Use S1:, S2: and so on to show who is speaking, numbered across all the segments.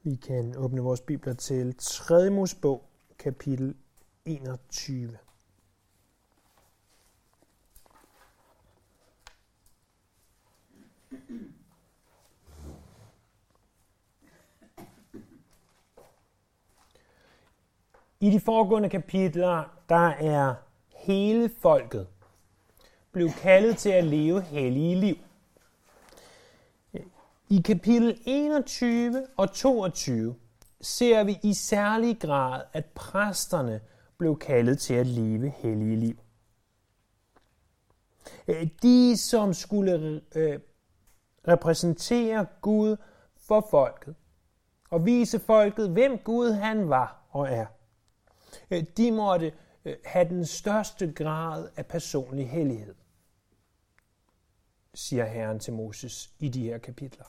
S1: Vi kan åbne vores bibler til 3. Mosebog, kapitel 21. I de foregående kapitler, der er hele folket blevet kaldet til at leve hellige liv. I kapitel 21 og 22 ser vi i særlig grad, at præsterne blev kaldet til at leve hellige liv. De, som skulle repræsentere Gud for folket og vise folket, hvem Gud han var og er. De måtte have den største grad af personlig hellighed, siger Herren til Moses i de her kapitler.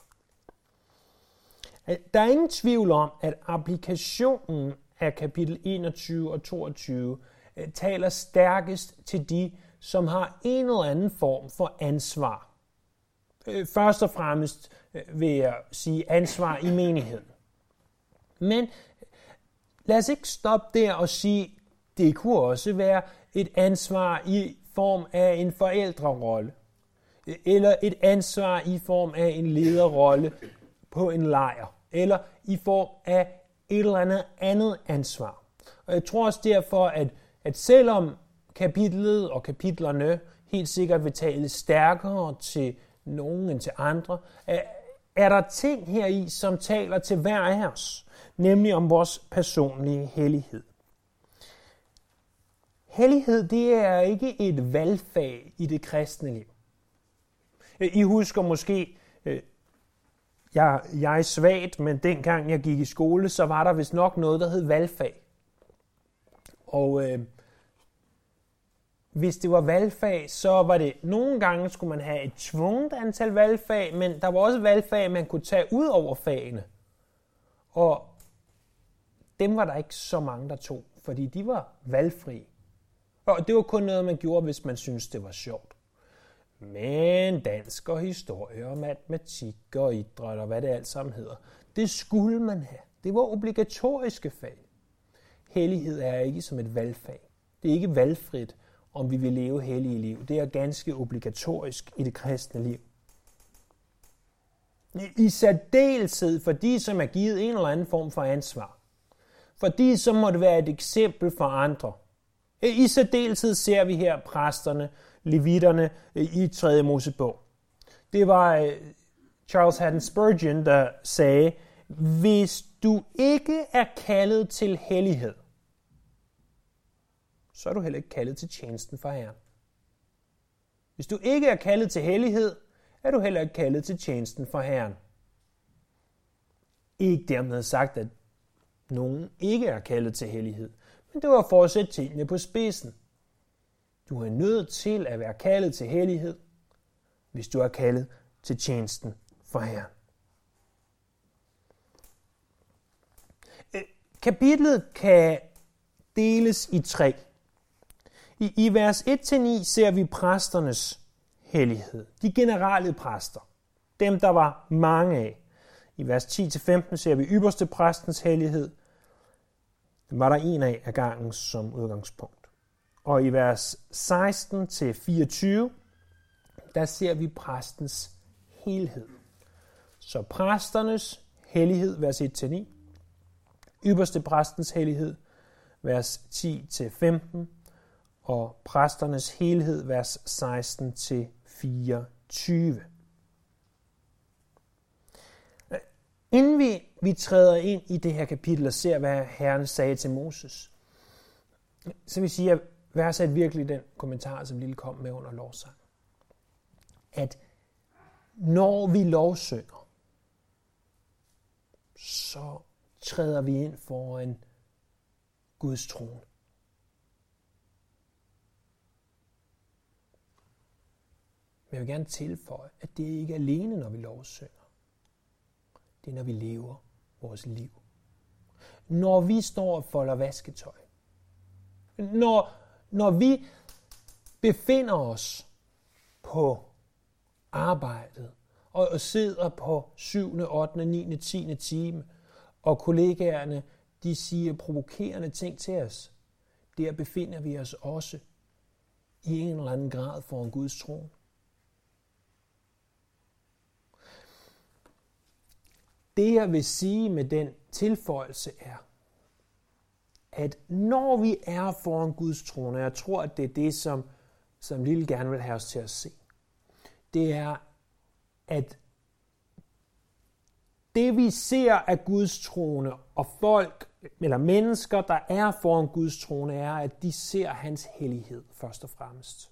S1: Der er ingen tvivl om, at applikationen af kapitel 21 og 22 taler stærkest til de, som har en eller anden form for ansvar. Først og fremmest vil jeg sige ansvar i menigheden. Men lad os ikke stoppe der og sige, det kunne også være et ansvar i form af en forældrerolle, eller et ansvar i form af en lederrolle på en lejr, eller i form af et eller andet ansvar. Og jeg tror også derfor, at selvom kapitlet og kapitlerne helt sikkert vil tale stærkere til nogen end til andre, er der ting heri, som taler til hver af os, nemlig om vores personlige hellighed. Hellighed, det er ikke et valgfag i det kristne liv. I husker måske, jeg er svagt, men dengang jeg gik i skole, så var der vist nok noget, der hed valgfag. Og hvis det var valgfag, så var det nogle gange skulle man have et tvunget antal valgfag, men der var også valgfag, man kunne tage ud over fagene. Og dem var der ikke så mange, der tog, fordi de var valgfrie. Og det var kun noget, man gjorde, hvis man syntes, det var sjovt. Men dansk og historie og matematik og idræt og hvad det alt sammen hedder, det skulle man have. Det var obligatoriske fag. Hellighed er ikke som et valgfag. Det er ikke valgfrit, om vi vil leve hellige liv. Det er ganske obligatorisk i det kristne liv. I særdeleshed for de, som er givet en eller anden form for ansvar. For de, som måtte være et eksempel for andre. I særdeleshed ser vi her præsterne, levitterne i 3. Mosebog. Det var Charles Haddon Spurgeon, der sagde, hvis du ikke er kaldet til hellighed, så er du heller ikke kaldet til tjenesten for Herren. Hvis du ikke er kaldet til hellighed, er du heller ikke kaldet til tjenesten for Herren. Ikke dermed sagt, at nogen ikke er kaldet til hellighed, men det var for at sætte tingene på spidsen. Du er nødt til at være kaldet til hellighed, hvis du er kaldet til tjenesten for Herren. Kapitlet kan deles i 3. I vers 1-9 ser vi præsternes hellighed. De generelle præster. Dem, der var mange af. I vers 10-15 ser vi ypperste præstens hellighed. Den var der en af gangen som udgangspunkt. Og i vers 16-24, der ser vi præstens helhed. Så præsternes hellighed, vers 1-9. Ypperste præstens hellighed, vers 10-15. Og præsternes helhed, vers 16-24. Inden vi træder ind i det her kapitel og ser, hvad Herren sagde til Moses, så vil sige, at værdsat virkelig den kommentar, som Lille kom med under lovsang. At når vi lovsynger, så træder vi ind foran Guds trone. Men jeg vil gerne tilføje, at det ikke er alene, når vi lovsynger. Det er, når vi lever vores liv. Når vi står og folder vasketøj. Når vi befinder os på arbejdet og sidder på 7., 8., 9., 10. time og kollegaerne, de siger provokerende ting til os, der befinder vi os også i en eller anden grad foran Guds trone. Det jeg vil sige med den tilføjelse er, at når vi er foran Guds trone, og jeg tror, at det er det, som Lille gerne vil have os til at se, det er, at det vi ser af Guds trone, og folk eller mennesker, der er foran Guds trone, er, at de ser hans hellighed først og fremmest.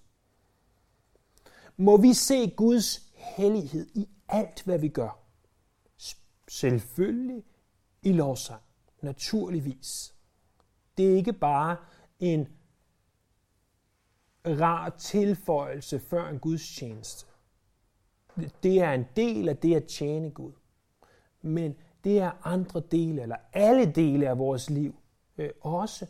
S1: Må vi se Guds hellighed i alt, hvad vi gør. Selvfølgelig i lovsang, naturligvis. Det er ikke bare en rar tilføjelse før en gudstjeneste. Det er en del af det at tjene Gud. Men det er andre dele, eller alle dele af vores liv også.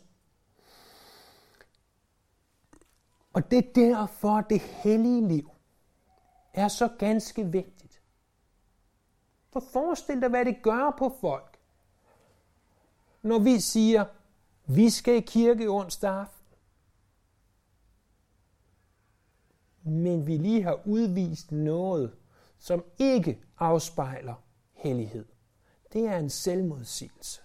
S1: Og det er derfor, det hellige liv er så ganske vigtigt. For forestil dig, hvad det gør på folk, når vi siger, vi skal i kirke onsdag aften, men vi lige har udvist noget, som ikke afspejler hellighed. Det er en selvmodsigelse.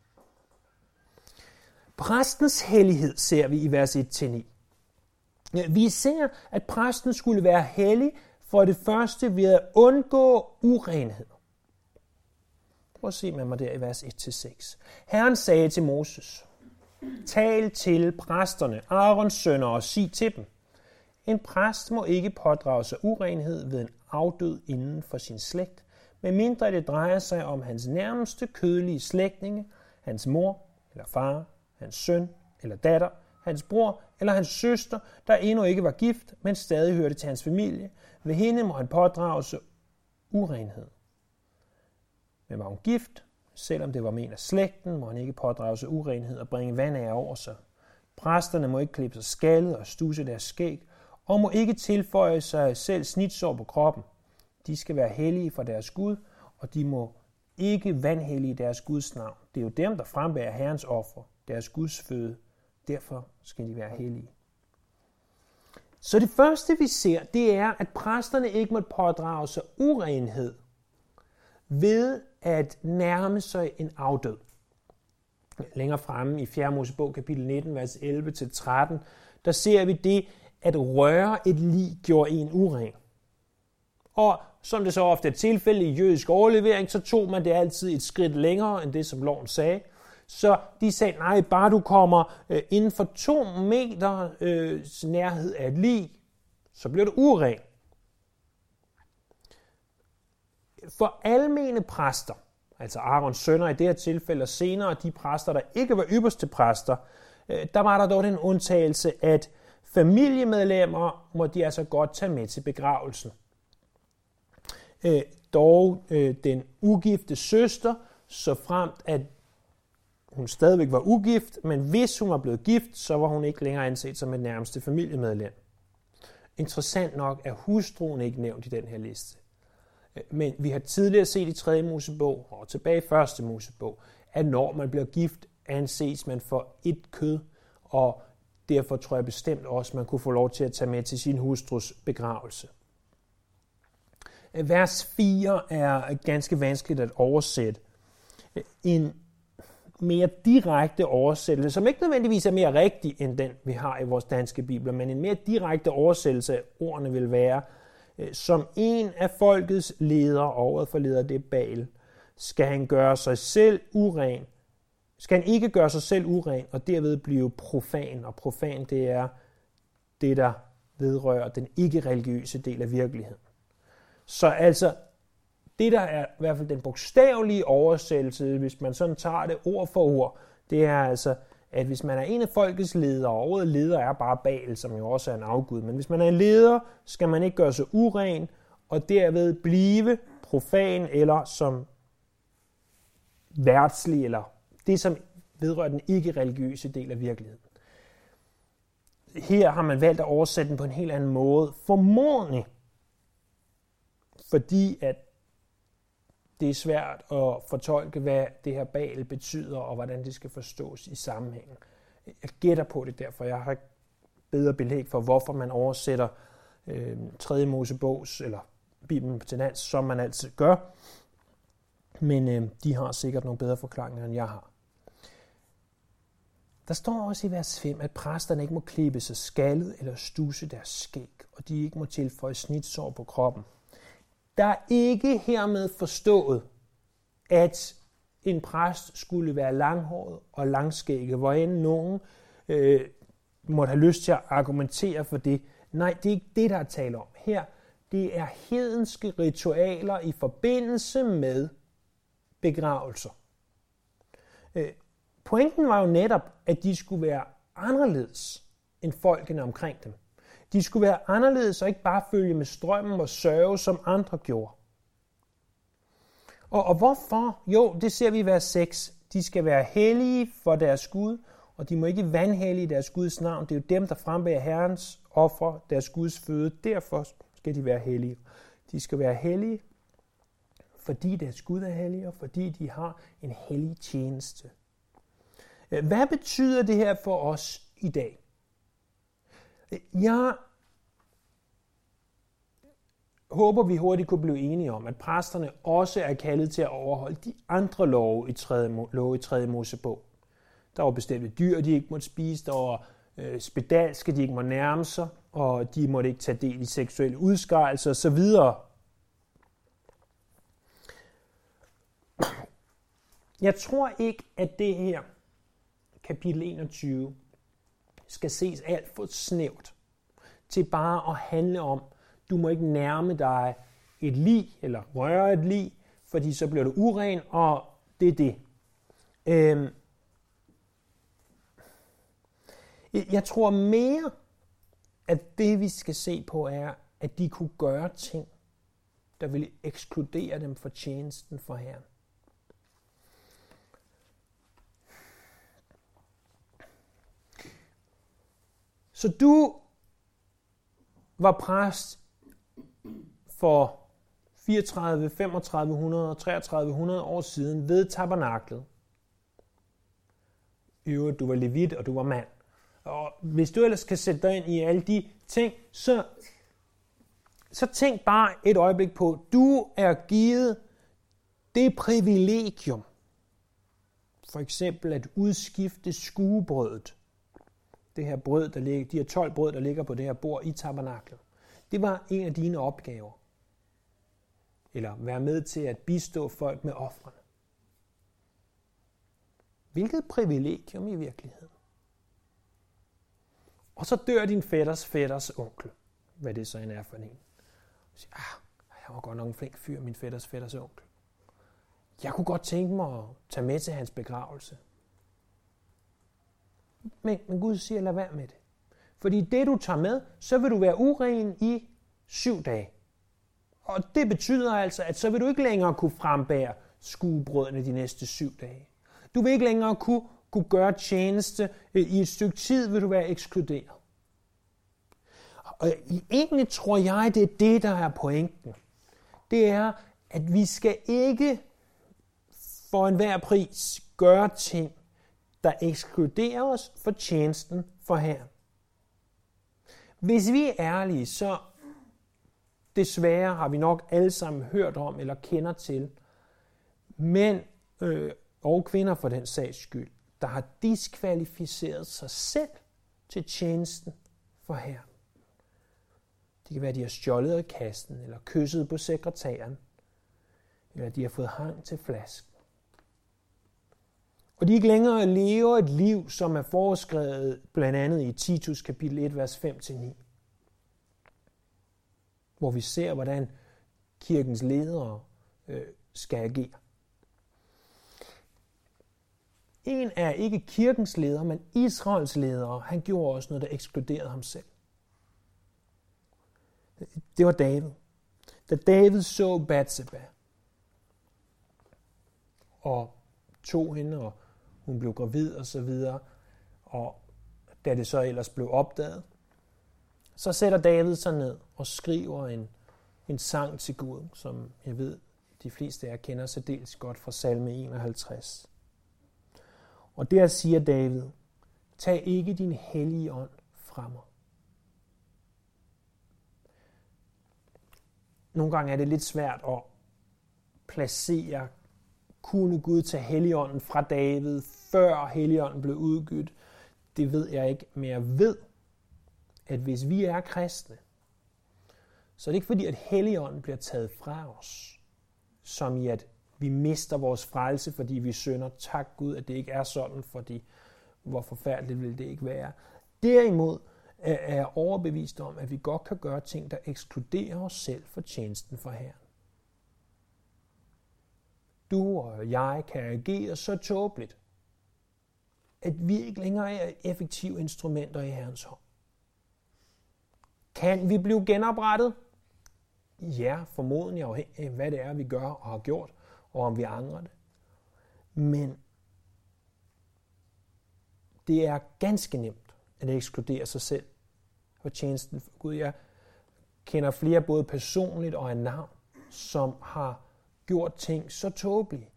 S1: Præstens hellighed ser vi i vers 1-9. Vi ser, at præsten skulle være hellig for det første ved at undgå urenhed. Prøv at se med mig der i vers 1-6. Herren sagde til Moses, tal til præsterne, Aarons sønner, og sig til dem, en præst må ikke pådrage sig urenhed ved en afdød inden for sin slægt, medmindre det drejer sig om hans nærmeste kødelige slægtninge, hans mor eller far, hans søn eller datter, hans bror eller hans søster, der endnu ikke var gift, men stadig hørte til hans familie. Ved hende må han pådrage sig urenhed. Men var hun gift, selvom det var med en af slægten, må han ikke pådrage sig urenhed og bringe vand af over sig. Præsterne må ikke klippe sig skaldet og studse deres skæg, og må ikke tilføje sig selv snitsår på kroppen. De skal være hellige for deres Gud, og de må ikke vanhellige deres Guds navn. Det er jo dem, der frembærer Herrens offer, deres Guds føde. Derfor skal de være hellige. Så det første, vi ser, det er, at præsterne ikke må pådrage sig urenhed ved at nærme sig en afdød. Længere fremme i 4. Mosebog, kapitel 19, vers 11-13, der ser vi det, at røre et lig gjorde en uren. Og som det så ofte er tilfælde i jødisk overlevering, så tog man det altid et skridt længere, end det, som loven sagde. Så de sagde, nej, bare du kommer inden for 2 meter nærhed af et lig, så bliver du uren. For almene præster, altså Aarons sønner i det her tilfælde, og senere de præster, der ikke var ypperste præster, der var der dog den undtagelse, at familiemedlemmer må de altså godt tage med til begravelsen. Dog den ugifte søster, så fremt at hun stadigvæk var ugift, men hvis hun var blevet gift, så var hun ikke længere anset som et nærmeste familiemedlem. Interessant nok er hustruen ikke nævnt i den her liste. Men vi har tidligere set i 3. Mosebog og tilbage i 1. Mosebog, at når man bliver gift, anses man for et kød, og derfor tror jeg bestemt også, at man kunne få lov til at tage med til sin hustrus begravelse. Vers 4 er ganske vanskeligt at oversætte. En mere direkte oversættelse, som ikke nødvendigvis er mere rigtig end den, vi har i vores danske bibler, men en mere direkte oversættelse af ordene vil være, som en af folkets ledere, og for leder det er Baal, skal han gøre sig selv uren. Skal han ikke gøre sig selv uren, og derved blive profan. Og profan, det er det, der vedrører den ikke-religiøse del af virkeligheden. Så altså, det der er i hvert fald den bogstavelige oversættelse, hvis man sådan tager det ord for ord, det er altså, at hvis man er en af folkets ledere, og ordet leder er bare Baal, som jo også er en afgud, men hvis man er en leder, skal man ikke gøre sig uren, og derved blive profan, eller som værtslig, eller det, som vedrører den ikke-religiøse del af virkeligheden. Her har man valgt at oversætte den på en helt anden måde, formodentlig, fordi at det er svært at fortolke, hvad det her Baal betyder, og hvordan det skal forstås i sammenhængen. Jeg gætter på det derfor. Jeg har ikke bedre belæg for, hvorfor man oversætter 3. Mosebogs, eller Bibelen til dansk, som man altid gør. Men de har sikkert nogle bedre forklaringer, end jeg har. Der står også i vers 5, at præsterne ikke må klippe sig skaldet eller studse deres skæg, og de ikke må tilføje snitsår på kroppen. Der er ikke hermed forstået, at en præst skulle være langhåret og langskægget, hvor end nogen måtte have lyst til at argumentere for det. Nej, det er ikke det, der er tale om. Her, det er hedenske ritualer i forbindelse med begravelser. Pointen var jo netop, at de skulle være anderledes end folkene omkring dem. De skulle være anderledes og ikke bare følge med strømmen og sørge, som andre gjorde. Og hvorfor? Jo, det ser vi i vers 6. De skal være hellige for deres Gud, og de må ikke vanhellige deres Guds navn. Det er jo dem, der frembærer Herrens offer, deres Guds føde. Derfor skal de være hellige. De skal være hellige, fordi deres Gud er hellig, og fordi de har en hellig tjeneste. Hvad betyder det her for os i dag? Jeg håber, vi hurtigt kunne blive enige om, at præsterne også er kaldet til at overholde de andre love i 3. Mosebog. Der var bestemte dyr, de ikke måtte spise, der var spedalske, de ikke måtte nærme sig, og de måtte ikke tage del i seksuelle udskejelser osv. Jeg tror ikke, at det her kapitel 21 skal ses alt for snævert til bare at handle om, du må ikke nærme dig et lig eller røre et lig, fordi så bliver du uren, og det er det. Jeg tror mere, at det vi skal se på er, at de kunne gøre ting, der ville ekskludere dem fra tjenesten for Herren. Så du var præst for 34, 3500, 3300 år siden ved tabernaklet. I øvrigt, du var levit, og du var mand. Og hvis du ellers kan sætte dig ind i alle de ting, så tænk bare et øjeblik på, du er givet det privilegium, for eksempel at udskifte skuebrødet. Det her brød, der ligger, de her 12 brød, der ligger på det her bord i tabernaklet. Det var en af dine opgaver. Eller være med til at bistå folk med ofrene. Hvilket privilegium i virkeligheden. Og så dør din fætters onkel. Hvad det så end er for en. Og siger, jeg var godt nok en flink fyr, min fætters onkel. Jeg kunne godt tænke mig at tage med til hans begravelse. Men Gud siger, lad være med det. Fordi det du tager med, så vil du være uren i 7 dage. Og det betyder altså, at så vil du ikke længere kunne frembære skuebrødene de næste 7 dage. Du vil ikke længere kunne gøre tjeneste. I et stykke tid vil du være ekskluderet. Og egentlig tror jeg, det er det, der er pointen. Det er, at vi skal ikke for enhver pris gøre ting, der ekskluderer os for tjenesten for Herren. Hvis vi er ærlige, så desværre har vi nok alle sammen hørt om eller kender til mænd og kvinder for den sags skyld, der har diskvalificeret sig selv til tjenesten for Herren. Det kan være, at de har stjålet af kassen, eller kysset på sekretæren, eller de har fået hang til flasken. Og de ikke længere lever et liv, som er foreskrevet blandt andet i Titus kapitel 1, vers 5-9. Hvor vi ser, hvordan kirkens ledere skal agere. En er ikke kirkens leder, men Israels leder. Han gjorde også noget, der ekskluderede ham selv. Det var David. Da David så Batseba og tog hende, og hun blev gravid og så videre, og da det så ellers blev opdaget, så sætter David sig ned og skriver en sang til Gud, som jeg ved, de fleste af jer kender særdeles godt fra salme 51. Og der siger David, tag ikke din hellige ånd fra mig. Nogle gange er det lidt svært at placere, kunne Gud tage Helligånden fra David, før Helligånden blev udgivet? Det ved jeg ikke, men jeg ved, at hvis vi er kristne, så er det ikke fordi, at Helligånden bliver taget fra os, som i at vi mister vores frelse, fordi vi synder. Tak Gud, at det ikke er sådan, fordi hvor forfærdeligt vil det ikke være. Derimod er jeg overbevist om, at vi godt kan gøre ting, der ekskluderer os selv for tjenesten for Herren. Du og jeg kan agere så tåbeligt, at vi ikke længere er effektive instrumenter i Herrens hånd. Kan vi blive genoprettet? Ja, formodentlig afhængig af, hvad det er, vi gør og har gjort, og om vi angrer det. Men det er ganske nemt at ekskludere sig selv for tjenesten for Gud. Jeg kender flere både personligt og af navn, som har gjort ting så tåbelige,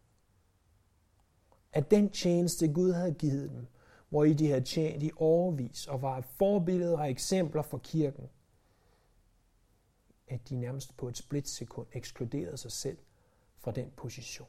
S1: at den tjeneste Gud havde givet dem, hvor de havde tjent i årevis og var forbilleder og eksempler for kirken, at de nærmest på et splitsekund ekskluderede sig selv fra den position.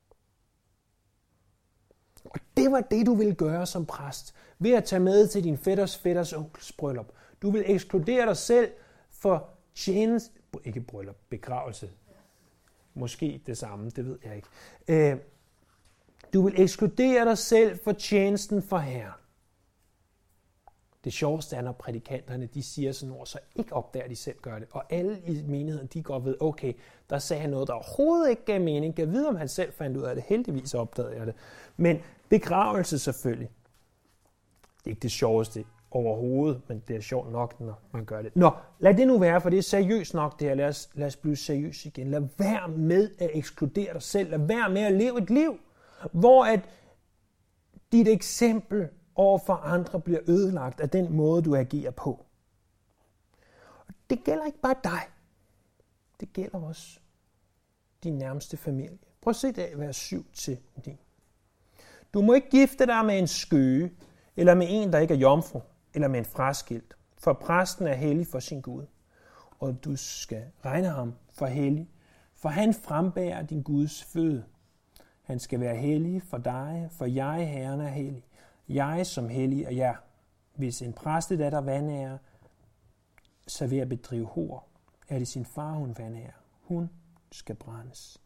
S1: Og det var det, du ville gøre som præst, ved at tage med til din fætters onkels bryllup. Du vil ekskludere dig selv for tjeneste, ikke bryllup, begravelse. Måske det samme, det ved jeg ikke. Du vil ekskludere dig selv for tjenesten for Herren. Det sjoveste er, når prædikanterne de siger sådan ord, så ikke opdager, at de selv gør det. Og alle i menigheden, de går ved, okay, der sagde han noget, der overhovedet ikke gav mening. Jeg ved, om han selv fandt ud af det. Heldigvis opdagede jeg det. Men begravelse selvfølgelig. Det er ikke det sjoveste overhovedet, men det er sjovt nok, når man gør det. Nå, lad det nu være, for det er seriøst nok det her. Lad os blive seriøs igen. Lad være med at ekskludere dig selv. Lad være med at leve et liv, hvor at dit eksempel over for andre bliver ødelagt af den måde, du agerer på. Og det gælder ikke bare dig. Det gælder også din nærmeste familie. Prøv at se det af vers 7-9. Du må ikke gifte dig med en skøge, eller med en, der ikke er jomfru, eller med en fraskilt, for præsten er hellig for sin Gud. Og du skal regne ham for hellig, for han frembærer din Guds føde. Han skal være hellig for dig, for jeg, Herren, er hellig. Jeg som hellig er jer. Hvis en præstedatter vanærer, så ved at bedrive hor, er det sin far, hun vanærer. Hun skal brændes.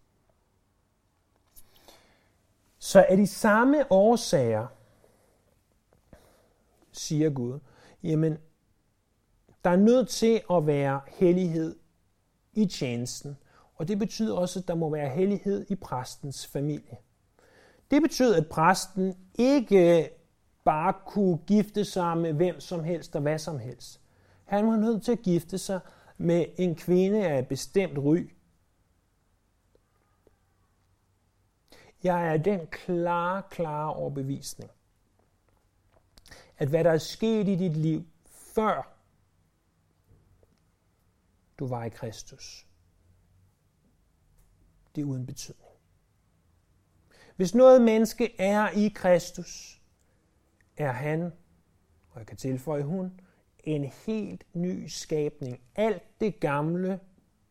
S1: Så er de samme årsager, siger Gud, jamen, der er nødt til at være hellighed i tjenesten, og det betyder også, at der må være hellighed i præstens familie. Det betyder, at præsten ikke bare kunne gifte sig med hvem som helst og hvad som helst. Han var nødt til at gifte sig med en kvinde af et bestemt ry. Jeg er den klare overbevisning, at hvad der er sket i dit liv, før du var i Kristus, det er uden betydning. Hvis noget menneske er i Kristus, er han, og jeg kan tilføje hun, en helt ny skabning. Alt det gamle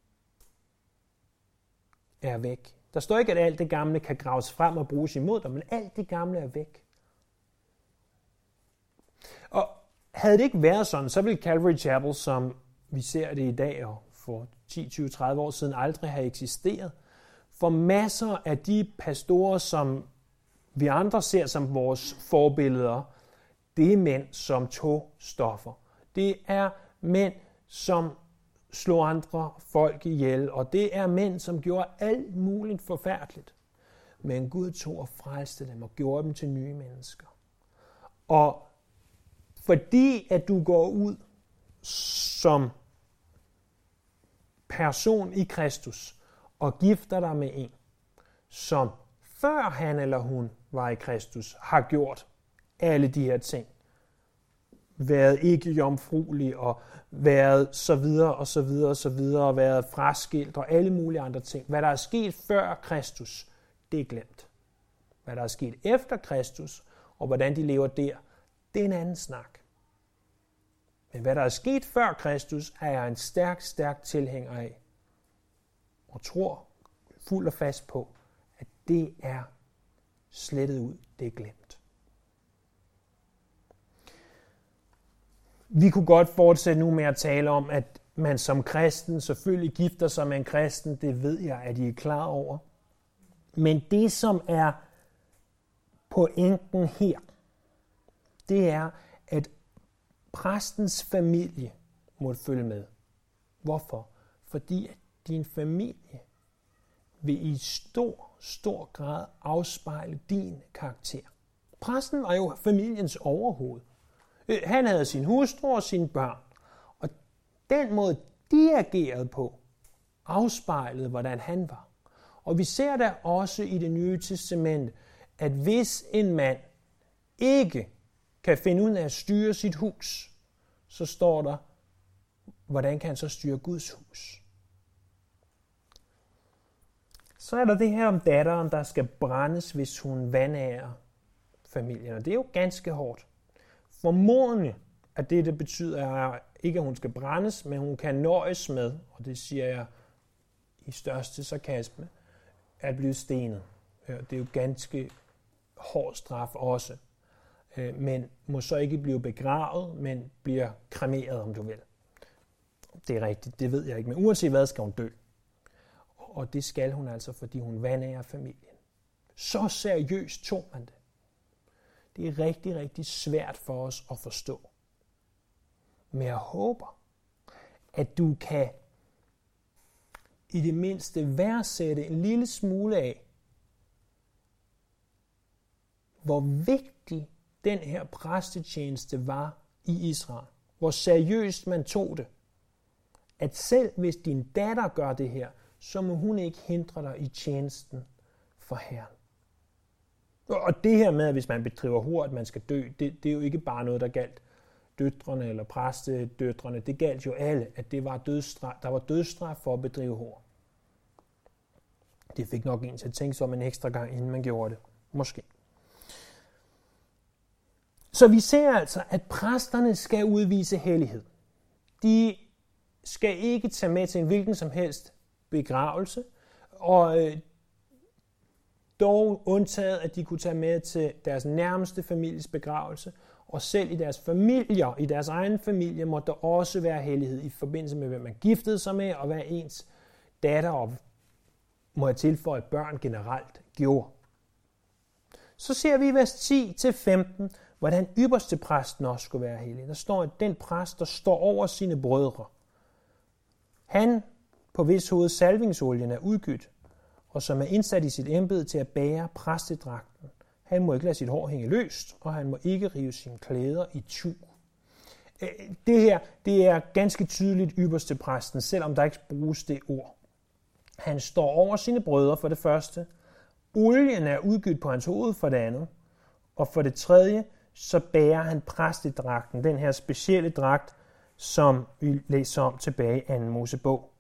S1: er væk. Der står ikke, at alt det gamle kan graves frem og bruges imod dig, men alt det gamle er væk. Og havde det ikke været sådan, så ville Calvary Chapel, som vi ser det i dag og for 10, 20, 30 år siden, aldrig have eksisteret. For masser af de pastorer, som vi andre ser som vores forbilleder, det er mænd, som tog stoffer. Det er mænd, som slog andre folk ihjel, og det er mænd, som gjorde alt muligt forfærdeligt. Men Gud tog og frelste dem og gjorde dem til nye mennesker. Og fordi at du går ud som person i Kristus og gifter dig med en, som før han eller hun var i Kristus, har gjort alle de her ting, været ikke jomfruelig og været så videre og så videre og så videre og været fraskilt og alle mulige andre ting. Hvad der er sket før Kristus, det er glemt. Hvad der er sket efter Kristus og hvordan de lever der, det er en anden snak. Men hvad der er sket før Kristus, er jeg en stærk tilhænger af og tror fuld og fast på, at det er slettet ud, det er glemt. Vi kunne godt fortsætte nu med at tale om, at man som kristen selvfølgelig gifter sig med en kristen, det ved jeg, at I er klar over. Men det, som er pointen her, det er, at præstens familie måtte følge med. Hvorfor? Fordi at din familie vil i stor grad afspejle din karakter. Præsten var jo familiens overhoved. Han havde sin hustru og sine børn. Og den måde, de agerede på, afspejlede, hvordan han var. Og vi ser der også i Det Nye Testamente, at hvis en mand ikke kan finde ud af at styre sit hus, så står der, hvordan kan han så styre Guds hus? Så er der det her om datteren, der skal brændes, hvis hun vanærer familien. Og det er jo ganske hårdt. Formodentlig, at det betyder er ikke, at hun skal brændes, men hun kan nøjes med, og det siger jeg i største sarkasme, at blive stenet. Det er jo ganske hård straf også. Men må så ikke blive begravet, men bliver kremeret, om du vil. Det er rigtigt, det ved jeg ikke, men uanset hvad, skal hun dø. Og det skal hun altså, fordi hun vanærer familien. Så seriøst tog man det. Det er rigtig svært for os at forstå. Men jeg håber, at du kan i det mindste værdsætte en lille smule af, hvor vigtig den her præstetjeneste var i Israel. Hvor seriøst man tog det. At selv hvis din datter gør det her, så må hun ikke hindre dig i tjenesten for Herren. Og det her med, at hvis man bedriver hor, at man skal dø, det er jo ikke bare noget, der galt døtrene eller præstedøtrene. Det galt jo alle, at det var der var dødsstraf for at bedrive hor. Det fik nok en til at tænke sig om en ekstra gang, inden man gjorde det. Måske. Så vi ser altså, at præsterne skal udvise hellighed. De skal ikke tage med til en hvilken som helst begravelse, og dog undtaget, at de kunne tage med til deres nærmeste families begravelse, og selv i deres familier, i deres egen familie, måtte der også være hellighed i forbindelse med, hvem man giftede sig med, og hvad ens datter og må jeg tilføje børn generelt gjorde. Så ser vi i vers 10-15, hvordan ypperste præsten også skulle være hellig. Der står, at den præst, der står over sine brødre, han, på hvis hoved salvingsolien er udgydt, og som er indsat i sit embede til at bære præstedragten, han må ikke lade sit hår hænge løst, og han må ikke rive sine klæder i tu. Det her, det er ganske tydeligt ypperste præsten, selvom der ikke bruges det ord. Han står over sine brødre for det første. Olien er udgydt på hans hoved for det andet. Og for det tredje, så bærer han præstedragten, den her specielle dragt, som vi læser om tilbage i 2. Mosebog.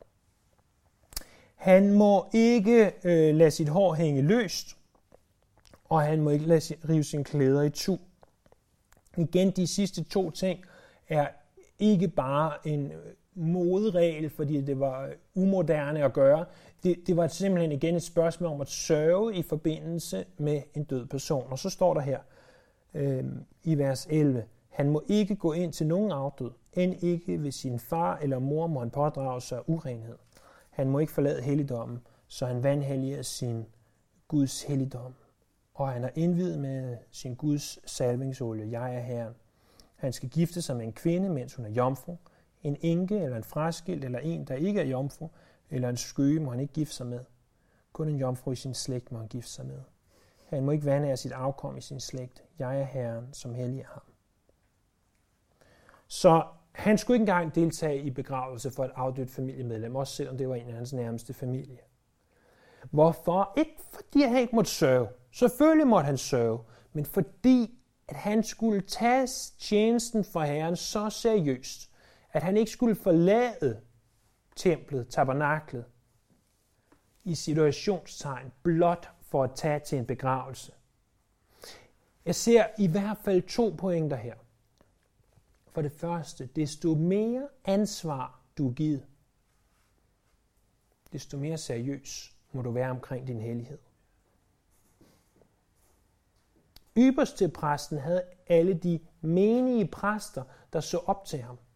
S1: Han må ikke lade sit hår hænge løst, og han må ikke rive sine klæder i tu. Igen, de sidste to ting er ikke bare en moderegel, fordi det var umoderne at gøre. Det var simpelthen igen et spørgsmål om at sørge i forbindelse med en død person. Og så står der her i vers 11, han må ikke gå ind til nogen afdød, end ikke ved sin far eller mor må han pådrage sig urenhed. Han må ikke forlade helligdommen, så han vanhelliger sin Guds helligdom. Og han er indviet med sin Guds salvingsolie, jeg er Herren. Han skal gifte sig med en kvinde, mens hun er jomfru. En enke eller en fraskilt eller en, der ikke er jomfru, eller en skøge må han ikke gifte sig med. Kun en jomfru i sin slægt må han gifte sig med. Han må ikke vanære sit afkom i sin slægt. Jeg er Herren, som helliger ham. Så han skulle ikke engang deltage i begravelse for et afdødt familiemedlem, også selvom det var en af hans nærmeste familie. Hvorfor? Ikke fordi han ikke måtte sørge. Selvfølgelig måtte han sørge, men fordi at han skulle tage tjenesten for Herren så seriøst, at han ikke skulle forlade templet, tabernaklet, i situationstegn, blot for at tage til en begravelse. Jeg ser i hvert fald 2 pointer her. For det første, desto mere ansvar du er givet, desto mere seriøs må du være omkring din hellighed. Ypperste præsten havde alle de menige præster, der så op til ham.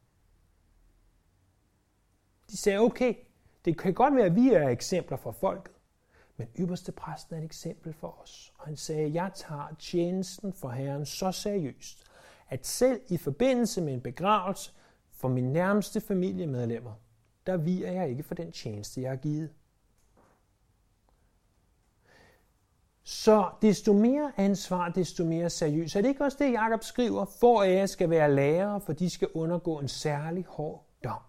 S1: De sagde, okay, det kan godt være, at vi er eksempler for folket, men ypperste præsten er et eksempel for os. Og han sagde, jeg tager tjenesten for Herren så seriøst, at selv i forbindelse med en begravelse for mine nærmeste familiemedlemmer, der viger jeg ikke for den tjeneste, jeg har givet. Så desto mere ansvar, desto mere seriøst. Er det ikke også det, Jakob skriver? For af jer skal være lærere, for de skal undergå en særlig hård dom.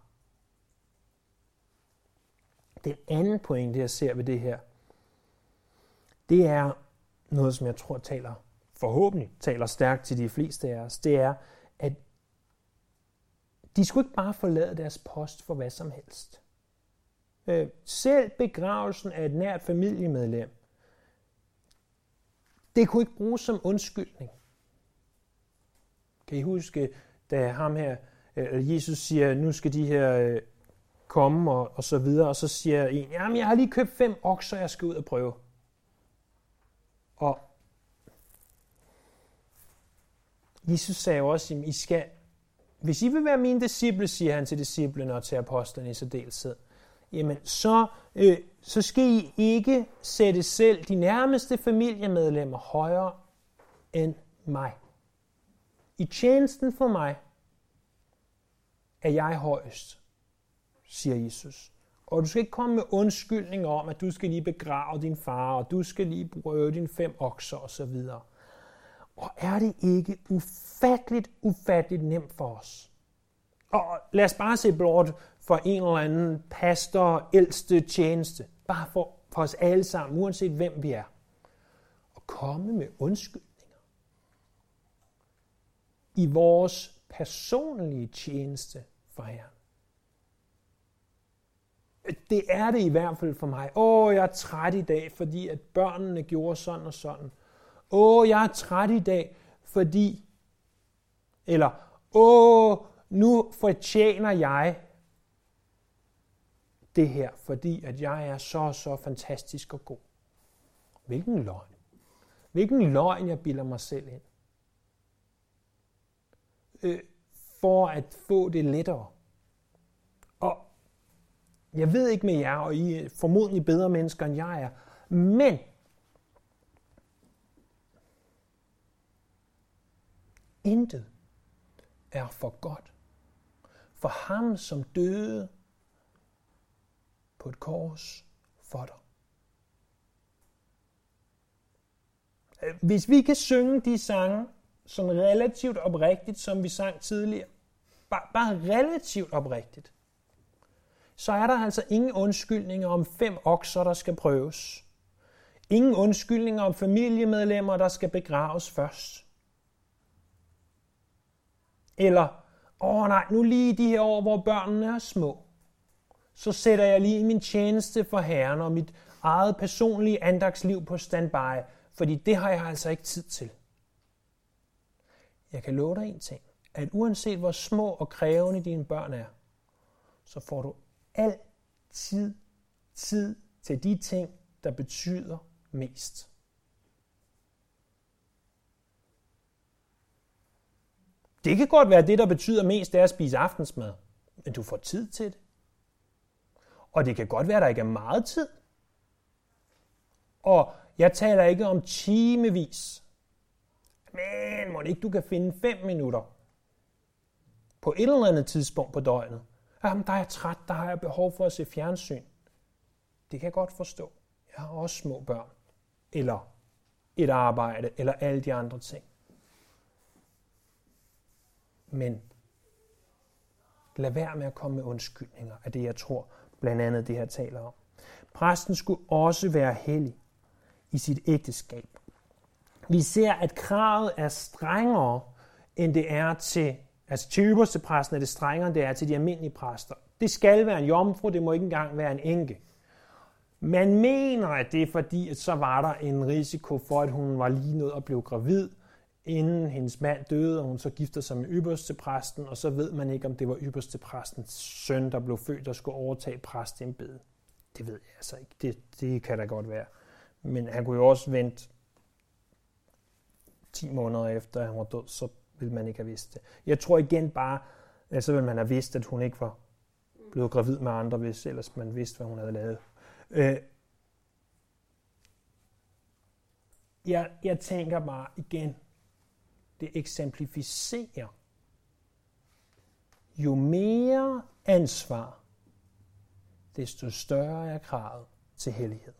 S1: Den anden pointe, jeg ser ved det her, det er noget, som jeg tror forhåbentlig taler stærkt til de fleste af os. Det er, at de skulle ikke bare forlade deres post for hvad som helst. Selv begravelsen af et nært familiemedlem, det kunne ikke bruges som undskyldning. Kan I huske, da Jesus siger, nu skal de her komme og så videre, og så siger en, jamen jeg har lige købt 5 okser, jeg skal ud og prøve. Og Jesus sagde jo også, hvis I vil være mine disciple, siger han til disciplene og til apostlene i særdeleshed, jamen så skal I ikke sætte selv de nærmeste familiemedlemmer højere end mig. I tjenesten for mig er jeg højest, siger Jesus. Og du skal ikke komme med undskyldninger om, at du skal lige begrave din far, og du skal lige prøve dine 5 okser osv. Og er det ikke ufatteligt nemt for os? Og lad os bare se blot for en eller anden pastor, ældste tjeneste. Bare for os alle sammen, uanset hvem vi er. Og komme med undskyldninger. I vores personlige tjeneste for Herren. Det er det i hvert fald for mig. Jeg er træt i dag, fordi at børnene gjorde sådan og sådan. Jeg er træt i dag, fordi... Eller, nu fortjener jeg det her, fordi at jeg er så fantastisk og god. Hvilken løgn. Hvilken løgn, jeg bilder mig selv ind. For at få det lettere. Og jeg ved ikke med jer, og I er formodentlig bedre mennesker, end jeg er, men intet er for godt for ham, som døde på et kors for dig. Hvis vi kan synge de sange sådan relativt oprigtigt, som vi sang tidligere, bare relativt oprigtigt, så er der altså ingen undskyldninger om 5 okser, der skal prøves. Ingen undskyldninger om familiemedlemmer, der skal begraves først. Eller, nej, nu lige de her år, hvor børnene er små, så sætter jeg lige min tjeneste for Herren og mit eget personlige andagsliv på standby, fordi det har jeg altså ikke tid til. Jeg kan love dig en ting, at uanset hvor små og krævende dine børn er, så får du altid tid til de ting, der betyder mest. Det kan godt være, at det, der betyder mest, er at spise aftensmad, men du får tid til det. Og det kan godt være, at der ikke er meget tid. Og jeg taler ikke om timevis. Men må ikke du kan finde 5 minutter på et eller andet tidspunkt på døgnet. Jamen, der er jeg træt, der har jeg behov for at se fjernsyn. Det kan jeg godt forstå. Jeg har også små børn. Eller et arbejde, eller alle de andre ting. Men lad være med at komme med undskyldninger af det, jeg tror, blandt andet det her taler om. Præsten skulle også være hellig i sit ægteskab. Vi ser, at kravet er strengere, end det er til ypperstepræsten, er det strengere, end det er til de almindelige præster. Det skal være en jomfru, det må ikke engang være en enke. Man mener, at det er fordi, at så var der en risiko for, at hun var lige nødt at blive gravid, inden hendes mand døde, og hun så gifter sig med ypperstepræsten, og så ved man ikke, om det var ypperstepræstens søn, der blev født og skulle overtage præstembedet. Det ved jeg altså ikke. Det kan da godt være. Men han kunne jo også vente 10 måneder efter, at han var død, så ville man ikke have vidst det. Jeg tror igen bare, at så ville man have vidst, at hun ikke var blevet gravid med andre, hvis ellers man vidste, hvad hun havde lavet. Jeg tænker bare igen, det eksemplificerer, jo mere ansvar, desto større er kravet til hellighed.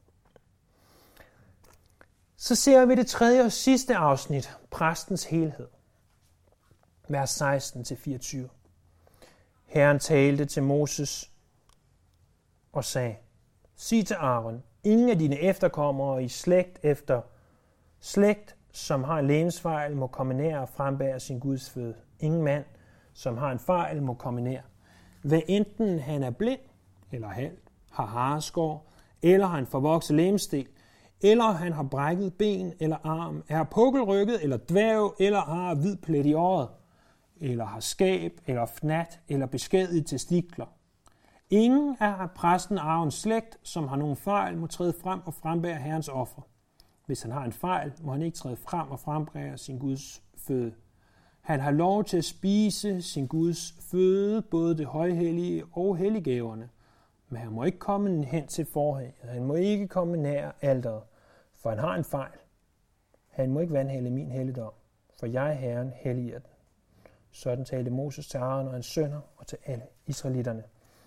S1: Så ser vi det tredje og sidste afsnit, præstens helhed. Vers 16-24. Herren talte til Moses og sagde, sig til Aaron, ingen af dine efterkommere i slægt efter slægt, som har en legemsfejl, må komme nær og frembære sin Guds føde. Ingen mand, som har en fejl, må komme nær. Hvad enten han er blind eller halv, har hareskår, eller har en forvokset legemsdel, eller han har brækket ben eller arm, er pukkelrykket eller dværg, eller har hvid plet i øjet, eller har skab, eller fnat, eller beskadiget testikler. Ingen af præsten Aarons slægt, som har nogen fejl, må træde frem og frembære Herrens offer. Hvis han har en fejl, må han ikke træde frem og frembære sin Guds føde. Han har lov til at spise sin Guds føde, både det højhellige og helliggaverne. Men han må ikke komme hen til forhænget. Han må ikke komme nær alteret, for han har en fejl. Han må ikke vanhellige min helligdom, for jeg, Herren, helliger den. Sådan talte Moses til Aaron og hans sønner og til alle israelitterne.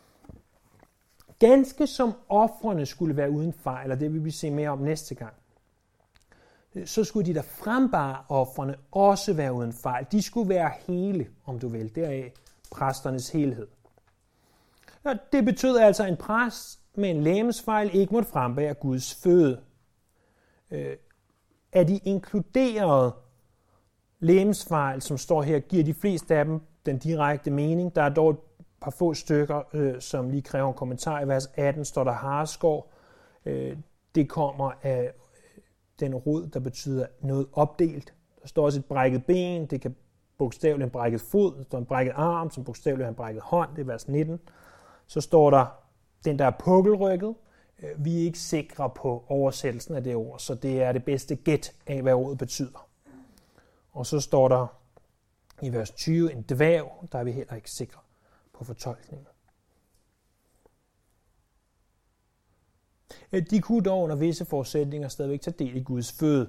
S1: Ganske som ofrene skulle være uden fejl, og det vil vi se mere om næste gang, så skulle de der frembare ofrene også være uden fejl. De skulle være hele, om du vil, deraf præsternes helhed. Og det betød altså, at en præst med en legemsfejl ikke måtte frembære Guds føde. Af de inkluderede legemsfejl, som står her, giver de fleste af dem den direkte mening. Der er dog et par få stykker, som lige kræver en kommentar. I vers 18 står der hareskår. Det kommer af den rod, der betyder noget opdelt. Der står også et brækket ben. Det kan bogstaveligt en brækket fod. Der står en brækket arm, som bogstaveligt en brækket hånd. Det er vers 19. Så står der den, der er pukkelrykket. Vi er ikke sikre på oversættelsen af det ord, så det er det bedste gæt af, hvad ordet betyder. Og så står der i vers 20 en dværg, der er vi heller ikke sikre på fortolkningen. De kunne dog under visse forudsætninger stadigvæk tage del i Guds føde.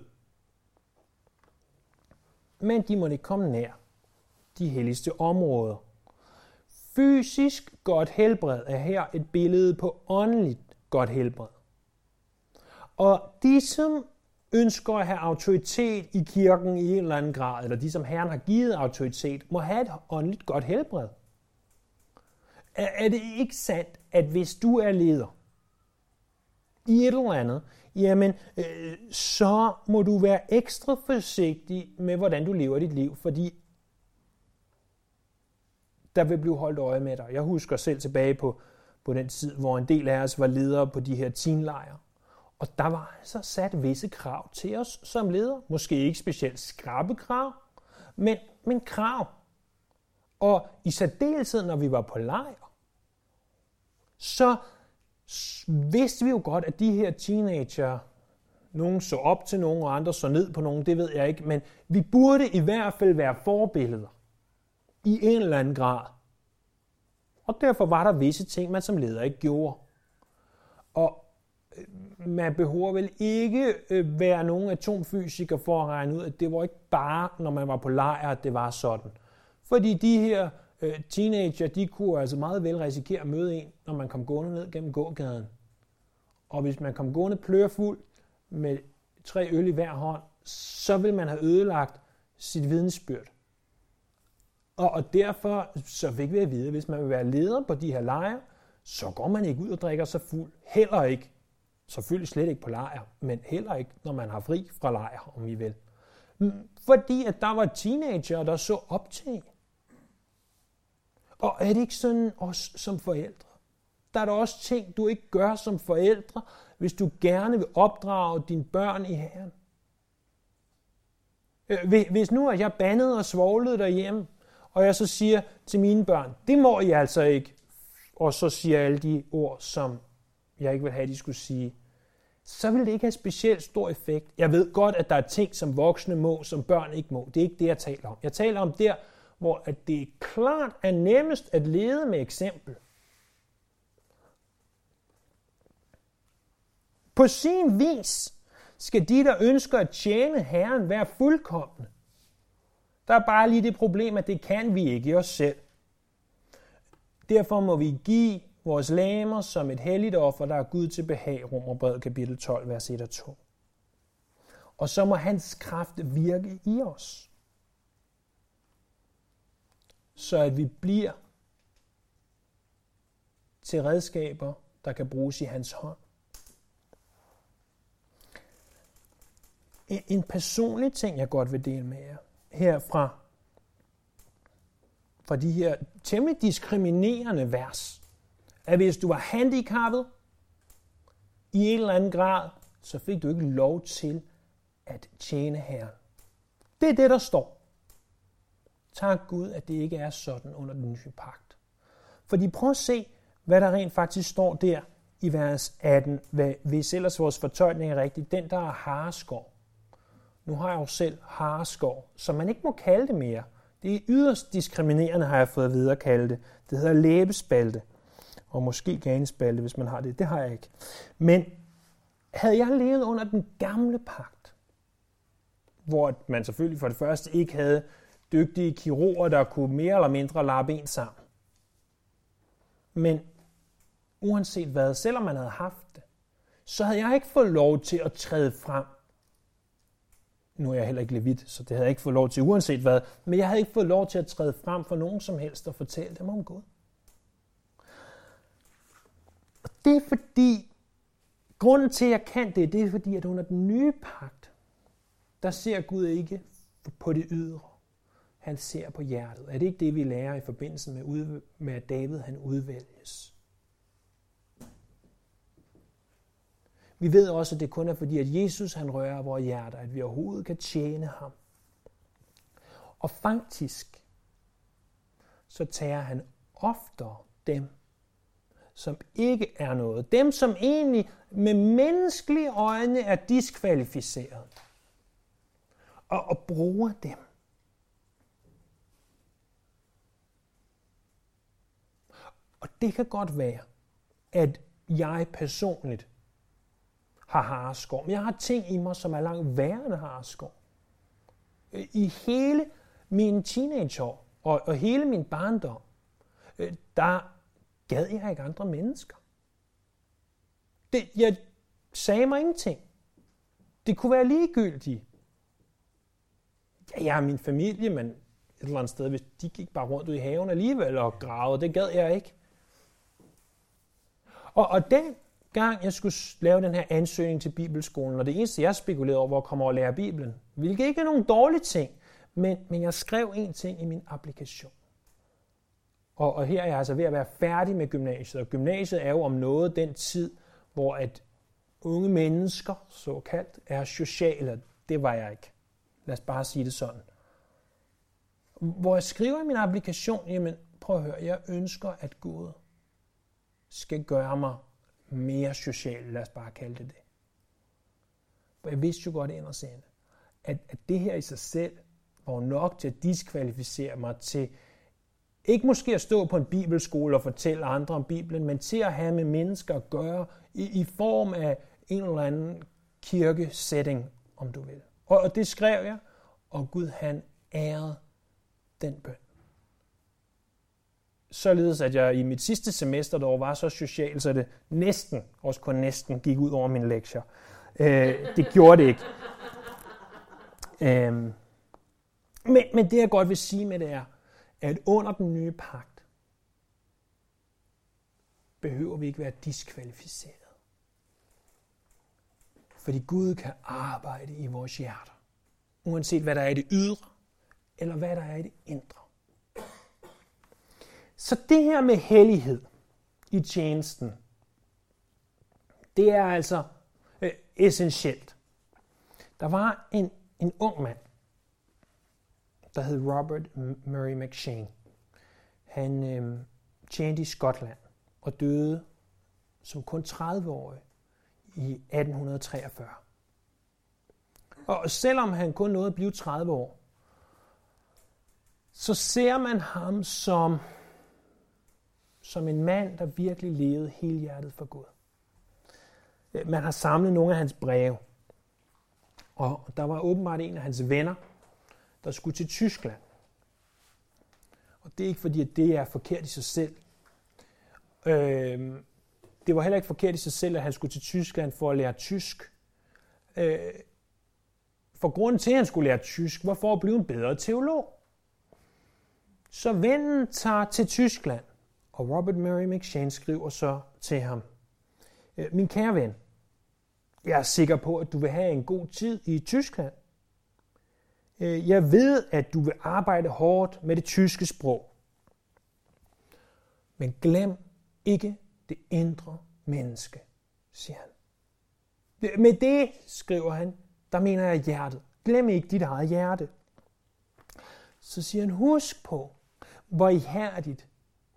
S1: Men de må ikke komme nær de helligste områder. Fysisk godt helbred er her et billede på åndeligt godt helbred. Og de, som ønsker at have autoritet i kirken i en eller anden grad, eller de, som Herren har givet autoritet, må have et åndeligt godt helbred. Er det ikke sandt, at hvis du er leder i et eller andet, jamen, så må du være ekstra forsigtig med, hvordan du lever dit liv, fordi der vil blive holdt øje med dig. Jeg husker selv tilbage på den tid, hvor en del af os var ledere på de her teenlejre. Og der var altså sat visse krav til os som ledere. Måske ikke specielt skrappe krav, men krav. Og i særdeleshed, når vi var på lejr, så vidste vi jo godt, at de her teenager, nogen så op til nogen, og andre så ned på nogen, det ved jeg ikke, men vi burde i hvert fald være forbilleder i en eller anden grad. Og derfor var der visse ting, man som leder ikke gjorde. Og man behøver vel ikke være nogen atomfysiker for at regne ud, at det var ikke bare, når man var på lejr, at det var sådan. Fordi de her teenager, de kunne altså meget vel risikere at møde en, når man kom gående ned gennem gågaden. Og hvis man kom gående plørfuld med 3 øl i hver hånd, så ville man have ødelagt sit vidnesbyrd. Og derfor så fik vi at vide, at hvis man vil være leder på de her lejre, så går man ikke ud og drikker sig fuld. Heller ikke, selvfølgelig slet ikke på lejr, men heller ikke, når man har fri fra lejr, om I vil. Fordi at der var teenager, der så op til. Og er det ikke sådan også som forældre? Der er der også ting, du ikke gør som forældre, hvis du gerne vil opdrage dine børn i Herren. Hvis nu er jeg bandet og svoglet derhjemme, og jeg så siger til mine børn, det må I altså ikke, og så siger alle de ord, som jeg ikke vil have, de skulle sige, så vil det ikke have specielt stor effekt. Jeg ved godt, at der er ting, som voksne må, som børn ikke må. Det er ikke det, jeg taler om. Jeg taler om der, hvor at det klart er nemmest at lede med eksempel. På sin vis skal de, der ønsker at tjene Herren, være fuldkomne. Der er bare lige det problem, at det kan vi ikke i os selv. Derfor må vi give vores legemer som et helligt offer, der er Gud til behag, Romerbrevet kapitel 12, vers 1 og 2. Og så må hans kraft virke i os, så at vi bliver til redskaber, der kan bruges i hans hånd. En personlig ting, jeg godt vil dele med jer, herfra, fra de her temmelig diskriminerende vers, at hvis du var handicappet i en eller anden grad, så fik du ikke lov til at tjene Herren. Det er det, der står. Tak Gud, at det ikke er sådan under den nye pagt. Fordi prøv at se, hvad der rent faktisk står der i vers 18, hvis ellers vores fortolkning er rigtig. Den, der er hareskov. Nu har jeg jo selv hareskov, som man ikke må kalde det mere. Det er yderst diskriminerende, har jeg fået at vide at kalde det. Det hedder læbespalte. Og måske ganespalte, hvis man har det. Det har jeg ikke. Men havde jeg levet under den gamle pagt, hvor man selvfølgelig for det første ikke havde dygtige kirurger, der kunne mere eller mindre lappe en sammen. Men uanset hvad, selvom man havde haft det, så havde jeg ikke fået lov til at træde frem. Nu er jeg heller ikke levit, så det havde jeg ikke fået lov til uanset hvad, men jeg havde ikke fået lov til at træde frem for nogen som helst og fortælle dem om Gud. Og det er fordi, grunden til at jeg kan det er fordi, at under den nye pagt, der ser Gud ikke på det ydre. Han ser på hjertet. Er det ikke det, vi lærer i forbindelse med at David han udvælges? Vi ved også, at det kun er fordi, at Jesus han rører vores hjerter, at vi overhovedet kan tjene ham. Og faktisk, så tager han oftere dem, som ikke er noget. Dem, som egentlig med menneskelige øjne er diskvalificeret. Og bruger dem. Og det kan godt være, at jeg personligt har hareskår. Men jeg har ting i mig, som er langt værre end hareskår. I hele mine teenageår og hele min barndom, der gad jeg ikke andre mennesker. Jeg sagde mig ingenting. Det kunne være ligegyldigt. Ja, jeg har min familie, men et eller andet sted, hvis de gik bare rundt ud i haven alligevel og gravede, det gad jeg ikke. Og den gang jeg skulle lave den her ansøgning til Bibelskolen, og det eneste jeg spekulerede over, hvor jeg kommer over at lære Bibelen, hvilket ikke er nogen dårlige ting, men jeg skrev en ting i min applikation. Og her er jeg altså ved at være færdig med gymnasiet, og gymnasiet er jo om noget den tid, hvor at unge mennesker, såkaldt, er sociale. Det var jeg ikke. Lad os bare sige det sådan. Hvor jeg skriver i min applikation, jamen prøv at høre, jeg ønsker, at Gud skal gøre mig mere social, lad os bare kalde det det. For jeg vidste jo godt inderst inde, at det her i sig selv var nok til at diskvalificere mig til, ikke måske at stå på en bibelskole og fortælle andre om Bibelen, men til at have med mennesker at gøre i form af en eller anden kirkesetting, om du vil. Og det skrev jeg, og Gud han ærede den bøn. Således at jeg i mit sidste semester, der var så social, så det næsten, også kun næsten, gik ud over mine lektier. Det gjorde det ikke. Men det jeg godt vil sige med det er, at under den nye pagt, behøver vi ikke være diskvalificeret. Fordi Gud kan arbejde i vores hjerter. uanset hvad der er i det ydre, eller hvad der er i det indre. Så det her med hellighed i tjenesten, det er altså essentielt. Der var en ung mand, der hed Robert Murray McCheyne. Han tjente i Skotland og døde som kun 30-årig i 1843. Og selvom han kun nåede at blive 30 år, så ser man ham som en mand, der virkelig levede helhjertet for Gud. Man har samlet nogle af hans breve, og der var åbenbart en af hans venner, der skulle til Tyskland. Og det er ikke fordi, at det er forkert i sig selv. Det var heller ikke forkert i sig selv, at han skulle til Tyskland for at lære tysk. For grunden til, at han skulle lære tysk, var for at blive en bedre teolog. Så vennen tager til Tyskland, og Robert Murray McCheyne skriver så til ham: min kære ven, jeg er sikker på, at du vil have en god tid i Tyskland. Jeg ved, at du vil arbejde hårdt med det tyske sprog. Men glem ikke det indre menneske, siger han. Med det, skriver han, der mener jeg hjertet. Glem ikke dit eget hjerte. Så siger han, husk på, hvor ihærdigt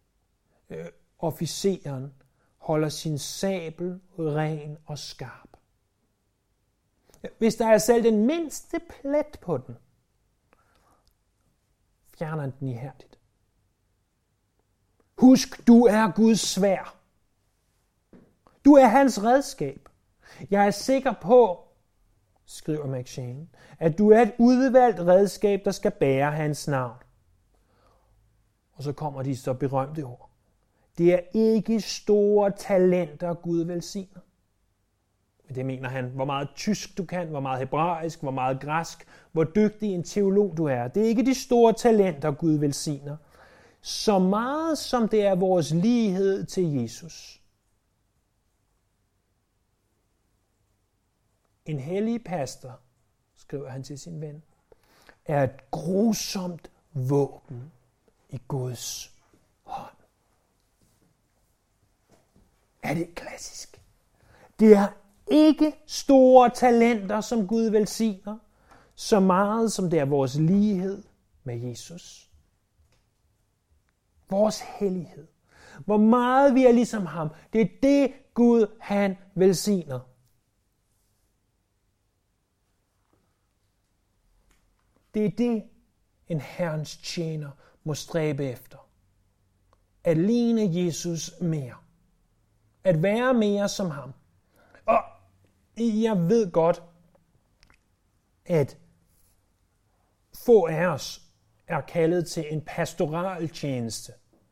S1: officeren holder sin sabel ren og skarp. Hvis der er selv den mindste plet på den, fjerner han den ihærdigt. Husk, du er Guds sværd. Du er hans redskab. Jeg er sikker på, skriver McCheyne, at du er et udvalgt redskab, der skal bære hans navn. Og så kommer de så berømte ord. Det er ikke store talenter, Gud velsigner. Men det mener han, hvor meget tysk du kan, hvor meget hebraisk, hvor meget græsk, hvor dygtig en teolog du er. Det er ikke de store talenter, Gud velsigner. Så meget som det er vores lighed til Jesus. En hellig pastor, skriver han til sin ven, er et grusomt våben i Guds hånd. Er det klassisk? Det er ikke store talenter, som Gud velsigner, så meget som det er vores lighed med Jesus. Vores hellighed. Hvor meget vi er ligesom ham. Det er det, Gud han velsigner. Det er det, en Herrens tjener må stræbe efter. At ligne Jesus mere. At være mere som ham. Og jeg ved godt, at få af os er kaldet til en pastoral tjeneste.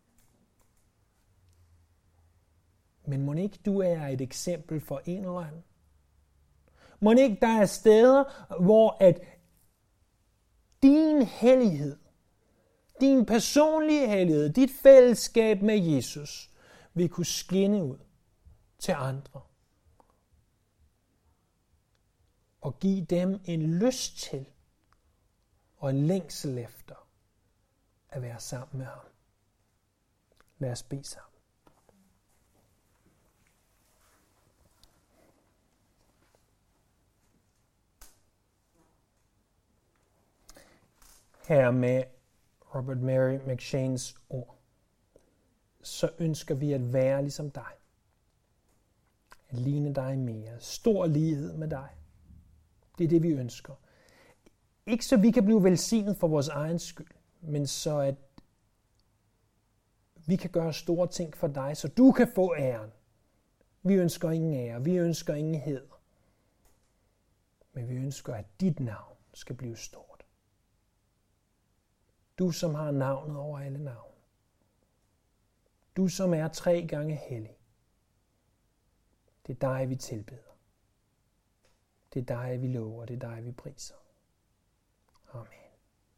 S1: Men må ikke du er et eksempel for en eller anden? Må ikke der er steder, hvor at din hellighed, din personlige hellighed, dit fællesskab med Jesus, vil kunne skinne ud til andre. Og give dem en lyst til og en længsel efter at være sammen med ham. Lad os bede sammen. Her med Robert Murray McCheynes ord, så ønsker vi at være ligesom dig. At ligne dig mere. Stor lighed med dig. Det er det, vi ønsker. Ikke så vi kan blive velsignet for vores egen skyld, men så at vi kan gøre store ting for dig, så du kan få æren. Vi ønsker ingen ære, vi ønsker ingen hæder. Men vi ønsker, at dit navn skal blive stort. Du, som har navnet over alle navne. Du, som er 3 gange hellig. Det er dig, vi tilbeder. Det er dig, vi lover, det er dig, vi priser. Amen.